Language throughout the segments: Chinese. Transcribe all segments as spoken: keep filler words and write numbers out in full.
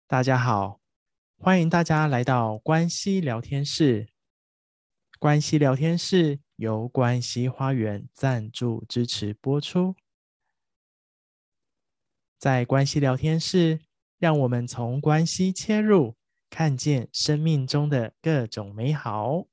大家好，欢迎大家来到关系聊天室。关系聊天室由关系花园赞助支持播出。在关系聊天室，让我们从关系切入，看见生命中的各种美好。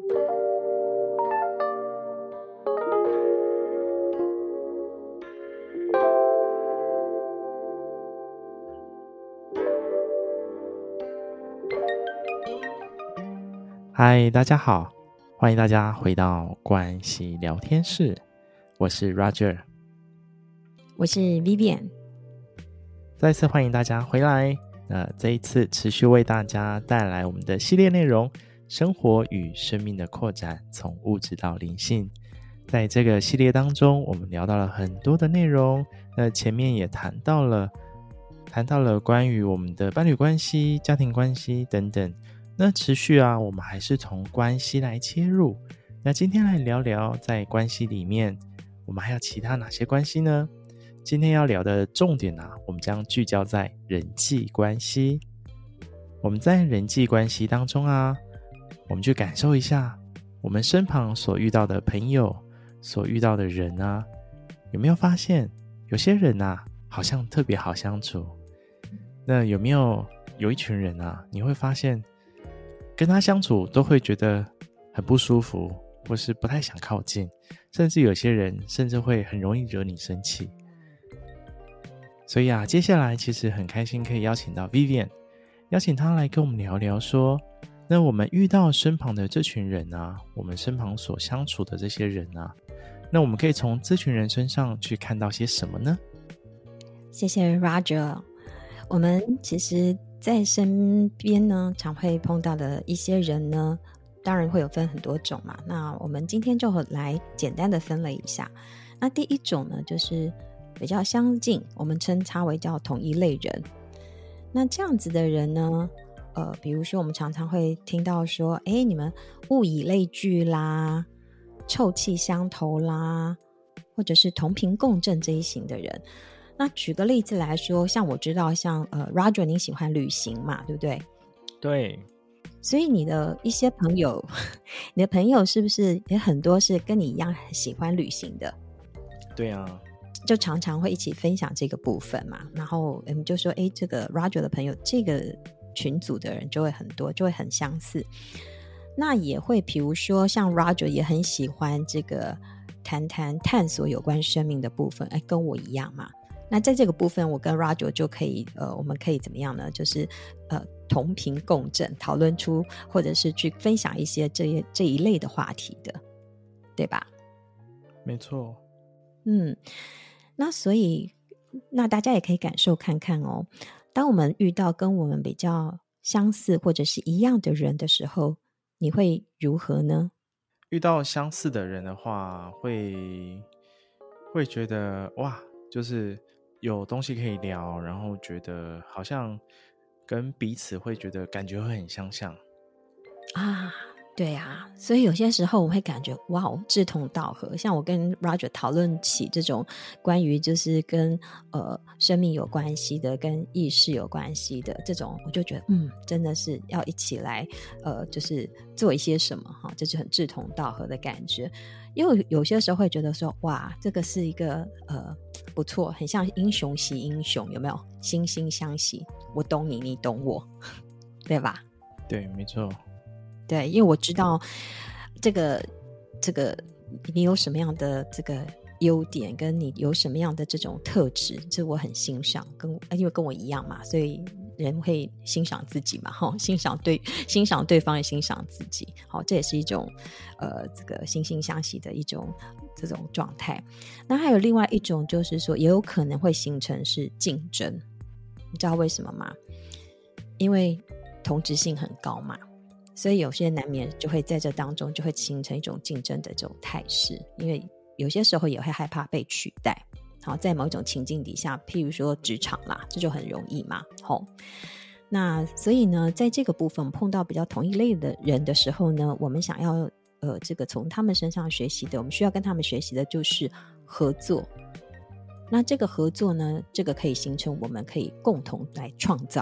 嗨，大家好，欢迎大家回到关系聊天室，我是 Roger， 我是 Vivian。 再次欢迎大家回来。那这一次持续为大家带来我们的系列内容，生活与生命的扩展，从物质到灵性。在这个系列当中，我们聊到了很多的内容，那前面也谈到了谈到了关于我们的伴侣关系、家庭关系等等。那持续啊，我们还是从关系来切入。那今天来聊聊在关系里面，我们还有其他哪些关系呢？今天要聊的重点啊，我们将聚焦在人际关系。我们在人际关系当中啊，我们去感受一下我们身旁所遇到的朋友，所遇到的人啊，有没有发现有些人啊，好像特别好相处？那有没有有一群人啊，你会发现跟他相处都会觉得很不舒服，或是不太想靠近，甚至有些人甚至会很容易惹你生气。所以啊，接下来其实很开心可以邀请到 Vivian， 邀请她来跟我们聊聊说，那我们遇到身旁的这群人啊，我们身旁所相处的这些人啊，那我们可以从这群人身上去看到些什么呢？ 谢谢 Roger。 我们其实在身边呢，常会碰到的一些人呢，当然会有分很多种嘛。那我们今天就来简单的分类一下。那第一种呢，就是比较相近，我们称它为叫同一类人。那这样子的人呢，呃，比如说我们常常会听到说，哎，你们物以类聚啦，臭气相投啦，或者是同频共振这一型的人。那举个例子来说，像我知道像呃 Roger 你喜欢旅行嘛，对不对？ 对。 所以你的一些朋友你的朋友是不是也很多是跟你一样很喜欢旅行的？ 对啊， 就常常会一起分享这个部分嘛。然后我们就说，哎，这个 Roger 的朋友，这个群组的人就会很多，就会很相似。那也会比如说像 Roger 也很喜欢这个谈谈探索有关生命的部分，哎，跟我一样嘛。那在这个部分我跟 Roger 就可以呃，我们可以怎么样呢？就是呃同频共振，讨论出或者是去分享一些这一这一类的话题的，对吧？ 没错。 嗯，那所以那大家也可以感受看看哦，当我们遇到跟我们比较相似或者是一样的人的时候，你会如何呢？ 遇到相似的人的话，会会觉得哇，就是有东西可以聊，然后觉得好像跟彼此会觉得感觉会很相像啊，对啊，所以有些时候我会感觉哇，志同道合。像我跟 Roger 讨论起这种关于就是跟呃生命有关系的，跟意识有关系的这种，我就觉得嗯，真的是要一起来呃，就是做一些什么哈，这就很志同道合的感觉。因为有些时候会觉得说哇，这个是一个呃不错，很像英雄惜英雄，有没有？惺惺相惜，我懂你，你懂我，对吧？ 对，没错。 对，因为我知道这个这个你有什么样的这个优点，跟你有什么样的这种特质，这我很欣赏，跟因为跟我一样嘛，所以人会欣赏自己嘛，齁，欣赏对欣赏对方也欣赏自己，好，这也是一种呃这个惺惺相惜的一种这种状态。那还有另外一种就是说，也有可能会形成是竞争，你知道为什么吗？因为同质性很高嘛，所以有些难免就会在这当中就会形成一种竞争的这种态势，因为有些时候也会害怕被取代。好，在某种情境底下，譬如说职场啦，这就很容易嘛。好，那所以呢，在这个部分碰到比较同一类的人的时候呢，我们想要呃这个从他们身上学习的，我们需要跟他们学习的就是合作。那这个合作呢，这个可以形成我们可以共同来创造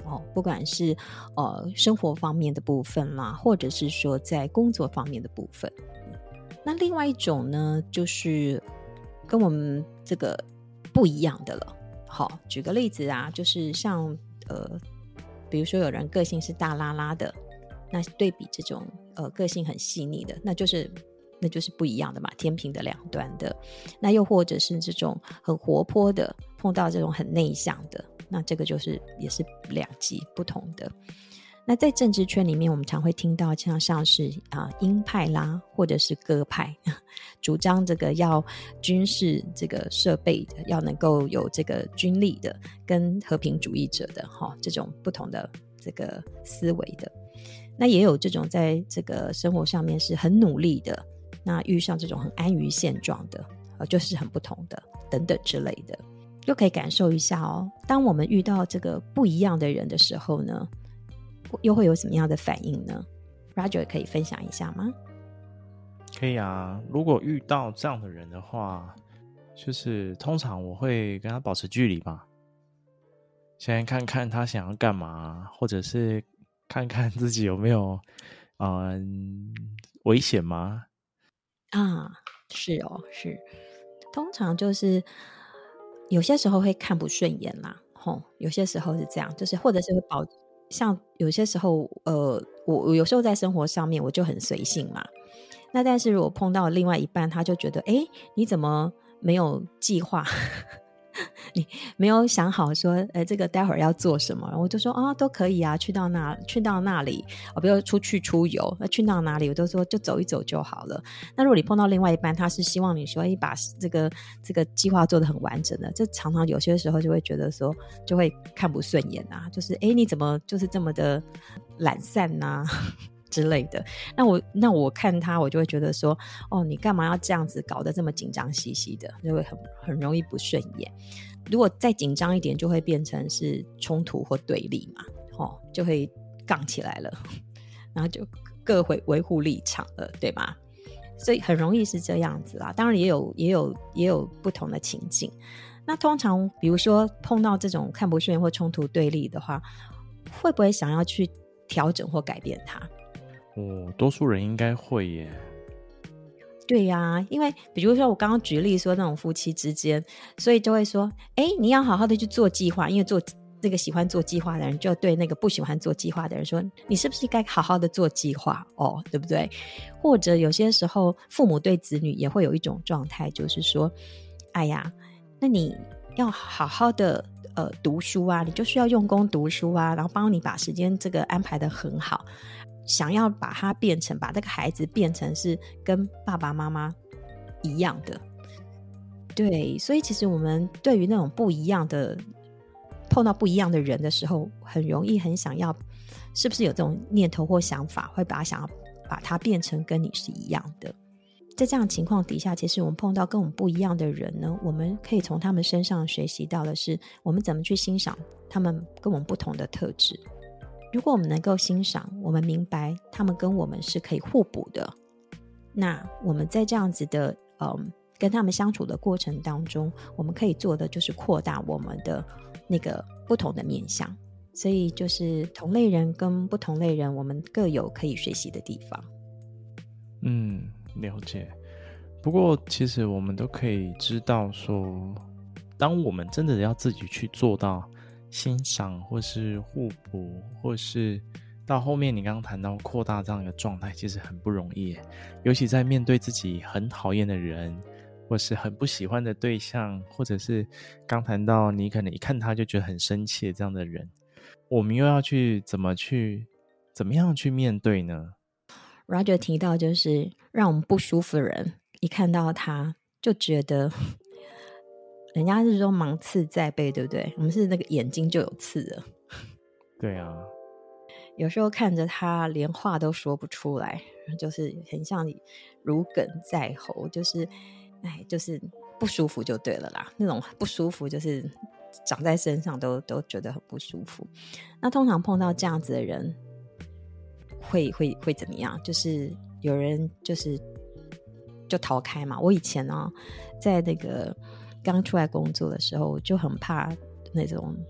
哦，不管是呃生活方面的部分啦，或者是说在工作方面的部分。那另外一种呢，就是跟我们这个不一样的了。好，举个例子啊，就是像呃，比如说有人个性是大拉拉的，那对比这种呃个性很细腻的，那就是那就是不一样的嘛，天平的两端的。那又或者是这种很活泼的，碰到这种很内向的，那这个就是也是两极不同的。那在政治圈里面，我们常会听到像像是啊鹰派啦，或者是鸽派，主张这个要军事这个设备的，要能够有这个军力的，跟和平主义者的哈、哦、这种不同的这个思维的。那也有这种在这个生活上面是很努力的，那遇上这种很安于现状的，呃，就是很不同的等等之类的，就可以感受一下哦。当我们遇到这个不一样的人的时候呢，又会有什么样的反应呢？ Roger 可以分享一下吗？ 可以啊，如果遇到这样的人的话，就是通常我会跟他保持距离吧，先看看他想要干嘛，或者是看看自己有没有嗯危险吗？ 啊，是哦，是，通常就是有些时候会看不顺眼啦，吼，有些时候是这样，就是或者是会保，像有些时候，呃，我我有时候在生活上面我就很随性嘛，那但是如果碰到另外一半，他就觉得，哎，你怎么没有计划？你没有想好说，呃，这个待会儿要做什么？我就说啊，都可以啊，去到那去到那里，哦，比如出去出游，那去到哪里，我都说就走一走就好了。那如果你碰到另外一半，他是希望你说，哎，把这个这个计划做得很完整的，这常常有些时候就会觉得说，就会看不顺眼啊，就是哎，你怎么就是这么的懒散呐、啊？之类的，那我那我看他，我就会觉得说，哦，你干嘛要这样子搞得这么紧张兮兮的，就会很很容易不顺眼。如果再紧张一点，就会变成是冲突或对立嘛，哦，就会杠起来了，然后就各回维护立场了，对吗？所以很容易是这样子啦。当然也有也有也有不同的情境。那通常比如说碰到这种看不顺眼或冲突对立的话，会不会想要去调整或改变它？ 哦，多数人应该会耶。 对呀、啊，因为比如说我刚刚举例说那种夫妻之间，所以就会说，哎，你要好好的去做计划，因为做那个喜欢做计划的人就对那个不喜欢做计划的人说，你是不是该好好的做计划哦，对不对？或者有些时候父母对子女也会有一种状态，就是说，哎呀，那你要好好的呃读书啊，你就需要用功读书啊，然后帮你把时间这个安排得很好。想要把它变成把这个孩子变成是跟爸爸妈妈一样的，对，所以其实我们对于那种不一样的碰到不一样的人的时候，很容易很想要，是不是有这种念头或想法，会把它想要把它变成跟你是一样的。在这样的情况底下，其实我们碰到跟我们不一样的人呢，我们可以从他们身上学习到的是，我们怎么去欣赏他们跟我们不同的特质。如果我们能够欣赏，我们明白他们跟我们是可以互补的，那我们在这样子的嗯跟他们相处的过程当中，我们可以做的就是扩大我们的那个不同的面向。所以就是同类人跟不同类人，我们各有可以学习的地方。 嗯，了解。不过其实我们都可以知道说，当我们真的要自己去做到欣赏或是互补，或是到后面你刚刚谈到扩大这样一个状态，其实很不容易耶，尤其在面对自己很讨厌的人，或是很不喜欢的对象，或者是刚谈到你可能一看他就觉得很生气的这样的人，我们又要去怎么去怎么样去面对呢？ Roger 提到就是让我们不舒服的人一看到他就觉得人家是说芒刺在背，对不对？我们是那个眼睛就有刺了。 对啊， 有时候看着他连话都说不出来，就是很像你如鲠在喉，就是哎，就是不舒服就对了啦。那种不舒服就是长在身上都都觉得很不舒服。那通常碰到这样子的人会会会怎么样？就是有人就是就逃开嘛。我以前呢、啊，在那个刚出来工作的时候，我就很怕那种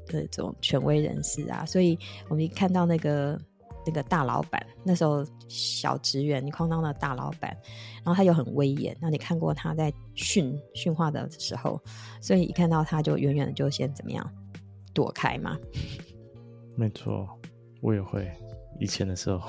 这种权威人士啊，所以我们一看到那个那个大老板，那时候小职员，你看到那大老板，然后他又很威严，那你看过他在训训话的时候，所以一看到他就远远的就先怎么样躲开嘛。 没错，我也会以前的时候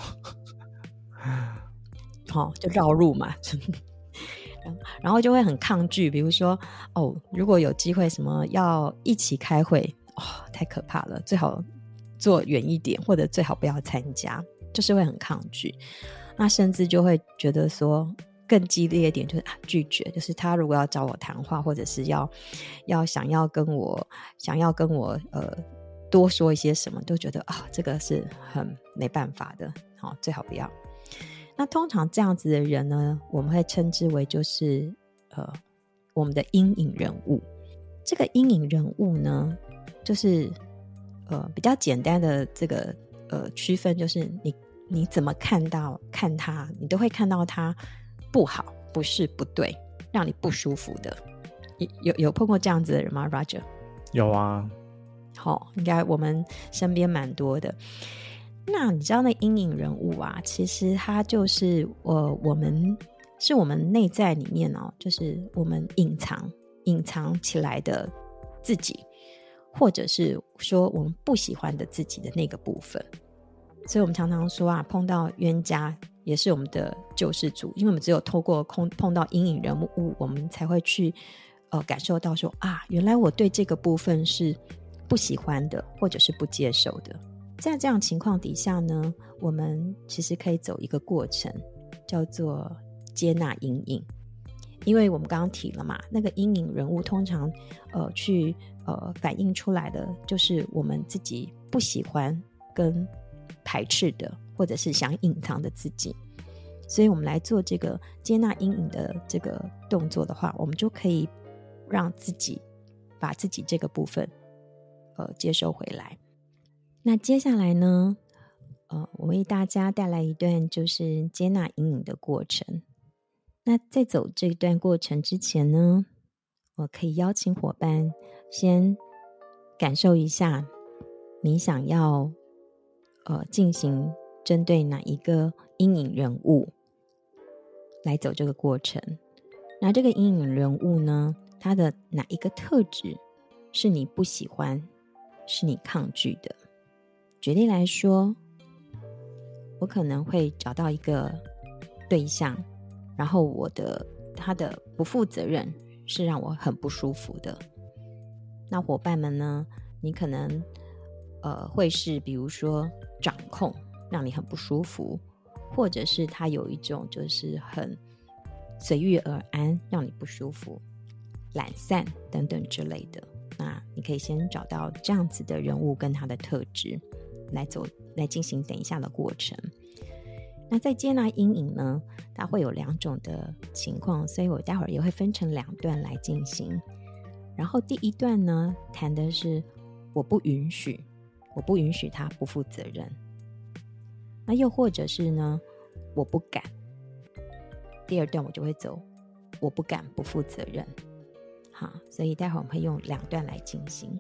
哦，就绕路嘛然后就会很抗拒，比如说哦，如果有机会什么要一起开会，哦，太可怕了，最好坐远一点，或者最好不要参加，就是会很抗拒。那甚至就会觉得说更激烈一点，就是、啊、拒绝，就是他如果要找我谈话，或者是要要想要跟我想要跟我呃多说一些什么，都觉得啊这个是很没办法的，好、哦，最好不要。那通常这样子的人呢，我们会称之为就是呃我们的阴影人物。这个阴影人物呢，就是呃比较简单的这个呃区分，就是你你怎么看到看他，你都会看到他不好、不是、不对，让你不舒服的。有有碰过这样子的人吗 ，Roger？ 有啊， 好、哦，应该我们身边蛮多的。那你知道那阴影人物啊，其实他就是呃我们是我们内在里面哦，就是我们隐藏隐藏起来的自己，或者是说我们不喜欢的自己的那个部分。所以我们常常说啊，碰到冤家也是我们的救世主，因为我们只有透过碰碰到阴影人物，我们才会去呃感受到说啊，原来我对这个部分是不喜欢的，或者是不接受的。在这样情况底下呢，我们其实可以走一个过程，叫做接纳阴影。因为我们刚刚提了嘛，那个阴影人物通常呃去呃反映出来的就是我们自己不喜欢跟排斥的，或者是想隐藏的自己。所以我们来做这个接纳阴影的这个动作的话，我们就可以让自己把自己这个部分呃接收回来。那接下来呢，呃，我为大家带来一段就是接纳阴影的过程。那在走这段过程之前呢，我可以邀请伙伴先感受一下，你想要呃进行针对哪一个阴影人物来走这个过程。那这个阴影人物呢，他的哪一个特质是你不喜欢，是你抗拒的？举例来说，我可能会找到一个对象，然后我的他的不负责任是让我很不舒服的。那伙伴们呢，你可能呃会是比如说掌控，让你很不舒服，或者是他有一种就是很随遇而安，让你不舒服，懒散等等之类的。那你可以先找到这样子的人物跟他的特质来走来进行等一下的过程。那在接纳阴影呢，它会有两种的情况，所以我待会儿也会分成两段来进行。然后第一段呢，谈的是我不允许，我不允许他不负责任。那又或者是呢，我不敢。第二段我就会走，我不敢不负责任。好，所以待会儿我们会用两段来进行。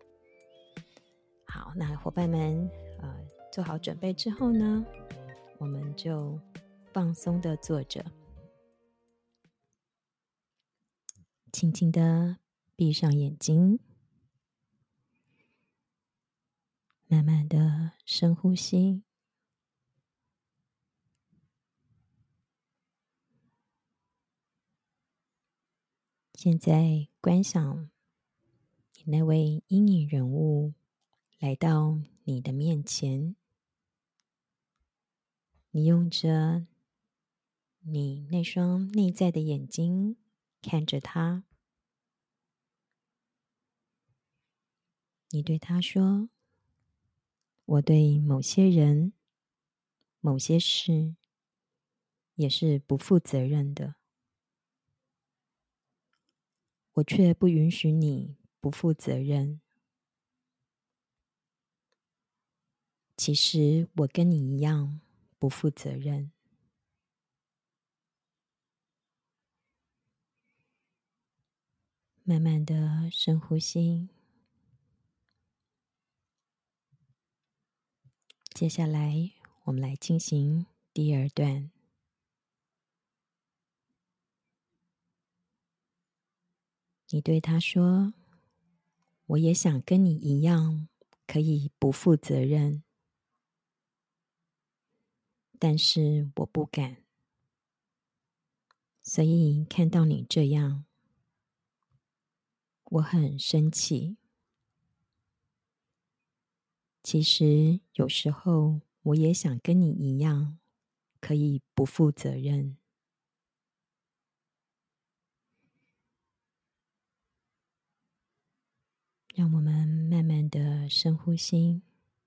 好，那伙伴们呃做好准备之后呢，我们就放松的坐着，轻轻的闭上眼睛，慢慢的深呼吸。现在观想你那位阴影人物来到你的面前，你用着你那双内在的眼睛看着他，你对他说，我对某些人某些事也是不负责任的，我却不允许你不负责任。其实我跟你一样不负责任。慢慢的深呼吸， 接下来我们来进行第二段。你对他说，我也想跟你一样可以不负责任，但是我不敢，所以看到你这样，我很生气。其实有时候我也想跟你一样可以不负责任。让我们慢慢的深呼吸，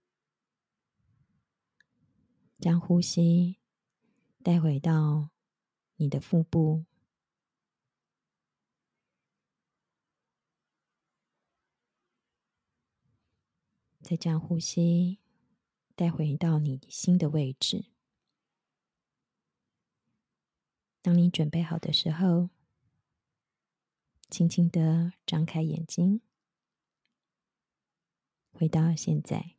将呼吸带回到你的腹部，再将呼吸带回到你心的位置。当你准备好的时候，轻轻的张开眼睛，回到现在。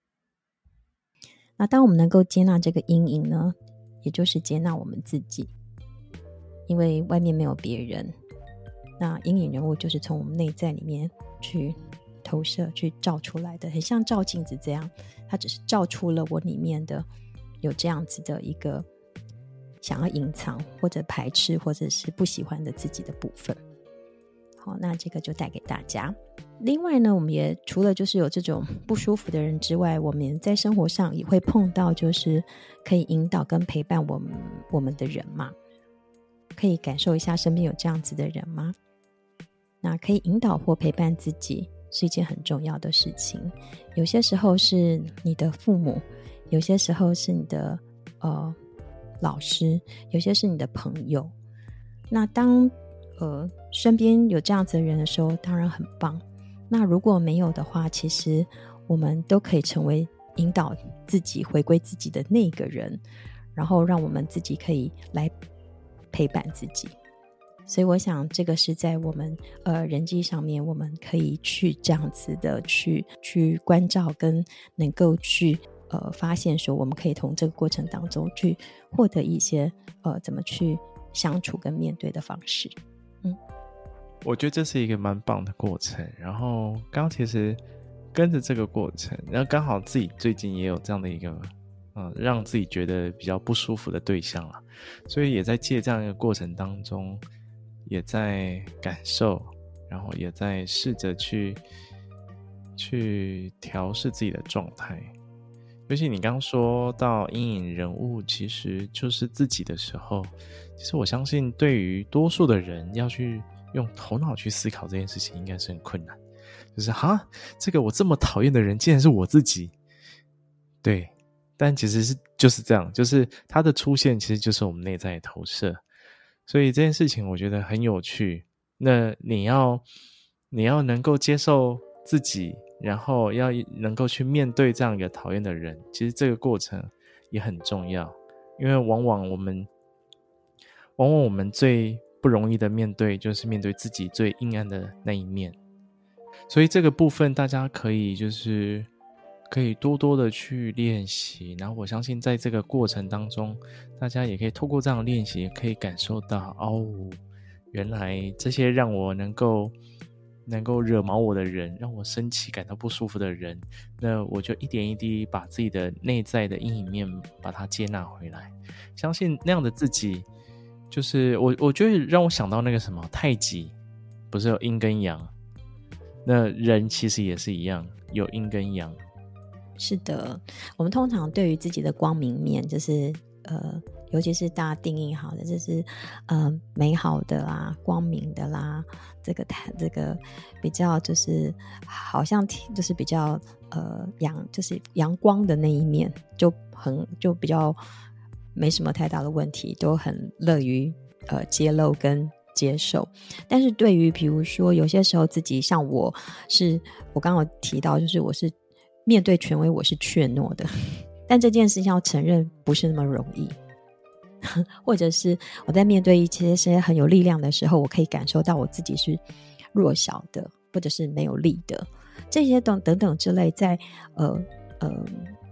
那当我们能够接纳这个阴影呢，也就是接纳我们自己，因为外面没有别人，那阴影人物就是从我们内在里面去投射去照出来的，很像照镜子这样，它只是照出了我里面的有这样子的一个想要隐藏或者排斥或者是不喜欢的自己的部分。好，那这个就带给大家。另外呢，我们也除了就是有这种不舒服的人之外，我们在生活上也会碰到就是可以引导跟陪伴我们我们的人嘛，可以感受一下身边有这样子的人吗？那可以引导或陪伴自己是一件很重要的事情。有些时候是你的父母，有些时候是你的呃老师，有些是你的朋友。那当呃身边有这样子的人的时候，当然很棒。那如果没有的话，其实我们都可以成为引导自己回归自己的那个人，然后让我们自己可以来陪伴自己。所以我想这个是在我们呃人际上面，我们可以去这样子的去去关照，跟能够去呃发现说，我们可以从这个过程当中去获得一些呃怎么去相处跟面对的方式。嗯， 我觉得这是一个蛮棒的过程。然后刚刚其实跟着这个过程，然后刚好自己最近也有这样的一个嗯，让自己觉得比较不舒服的对象啦，所以也在借这样一个过程当中，也在感受，然后也在试着去去调试自己的状态。尤其你刚刚说到阴影人物其实就是自己的时候，其实我相信对于多数的人要去用头脑去思考这件事情应该是很困难，就是哈，这个我这么讨厌的人竟然是我自己。对，但其实是就是这样，就是它的出现其实就是我们内在的投射。所以这件事情我觉得很有趣。那你要你要能够接受自己，然后要能够去面对这样一个讨厌的人，其实这个过程也很重要。因为往往我们往往我们最不容易的面对就是面对自己最阴暗的那一面。所以这个部分大家可以就是可以多多的去练习，然后我相信在这个过程当中，大家也可以透过这样的练习，可以感受到哦，原来这些让我能够能够惹毛我的人，让我生气感到不舒服的人，那我就一点一滴把自己的内在的阴影面把它接纳回来。相信那样的自己，就是我我觉得让我想到那个什么太极，不是有阴跟阳，那人其实也是一样，有阴跟阳。 是的，我们通常对于自己的光明面，就是呃，尤其是大家定义好的，就是呃美好的啦、光明的啦，这个这个比较就是好像就是比较呃阳，就是阳光的那一面，就很就比较没什么太大的问题，都很乐于呃揭露跟接受。但是对于比如说有些时候自己像我是我刚刚有提到，就是我是面对权威我是怯懦的，但这件事情要承认不是那么容易。或者是我在面对一些些很有力量的时候，我可以感受到我自己是弱小的，或者是没有力的，这些等等等之类，在呃呃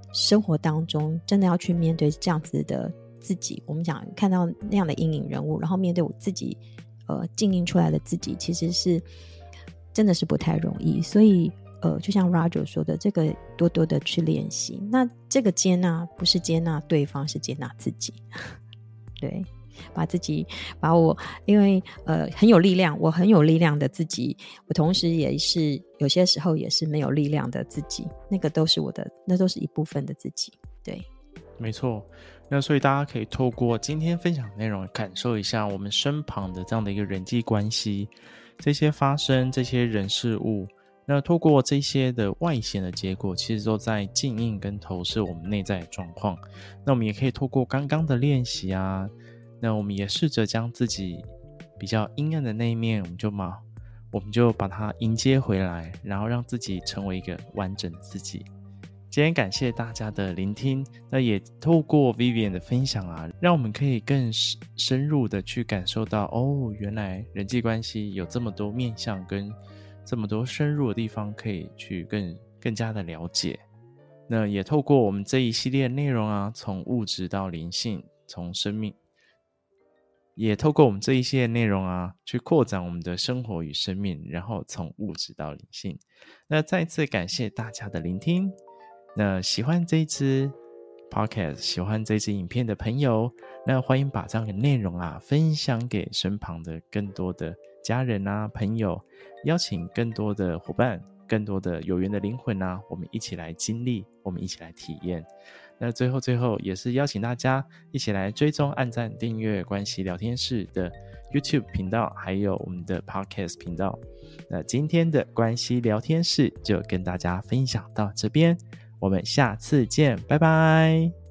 生活当中真的要去面对这样子的自己，我们讲看到那样的阴影人物，然后面对我自己呃镜映出来的自己，其实是真的是不太容易。所以呃，就像 Roger 说的，这个多多的去练习。那这个接纳不是接纳对方，是接纳自己。对，把自己把我因为呃很有力量，我很有力量的自己，我同时也是有些时候也是没有力量的自己，那个都是我的，那都是一部分的自己。对， 没错。那所以大家可以透过今天分享的内容感受一下我们身旁的这样的一个人际关系，这些发生这些人事物，那透过这些的外显的结果，其实都在镜映跟投射我们内在的状况。那我们也可以透过刚刚的练习啊，那我们也试着将自己比较阴暗的那一面，我们就嘛，我们就把它迎接回来，然后让自己成为一个完整的自己。今天感谢大家的聆听，那也透过 Vivian 的分享啊，让我们可以更深入的去感受到，哦，原来人际关系有这么多面向跟这么多深入的地方可以去更更加的了解。那也透过我们这一系列内容啊，从物质到灵性，从生命，也透过我们这一系列内容啊，去扩展我们的生活与生命，然后从物质到灵性。那再次感谢大家的聆听。那喜欢这一支 podcast， 喜欢这支影片的朋友，那欢迎把这样的内容啊分享给身旁的更多的家人啊朋友，邀请更多的伙伴，更多的有缘的灵魂啊，我们一起来经历，我们一起来体验。那最后最后也是邀请大家一起来追踪按赞订阅关系聊天室的 YouTube 频道，还有我们的 Podcast 频道。那今天的关系聊天室就跟大家分享到这边，我们下次见，拜拜。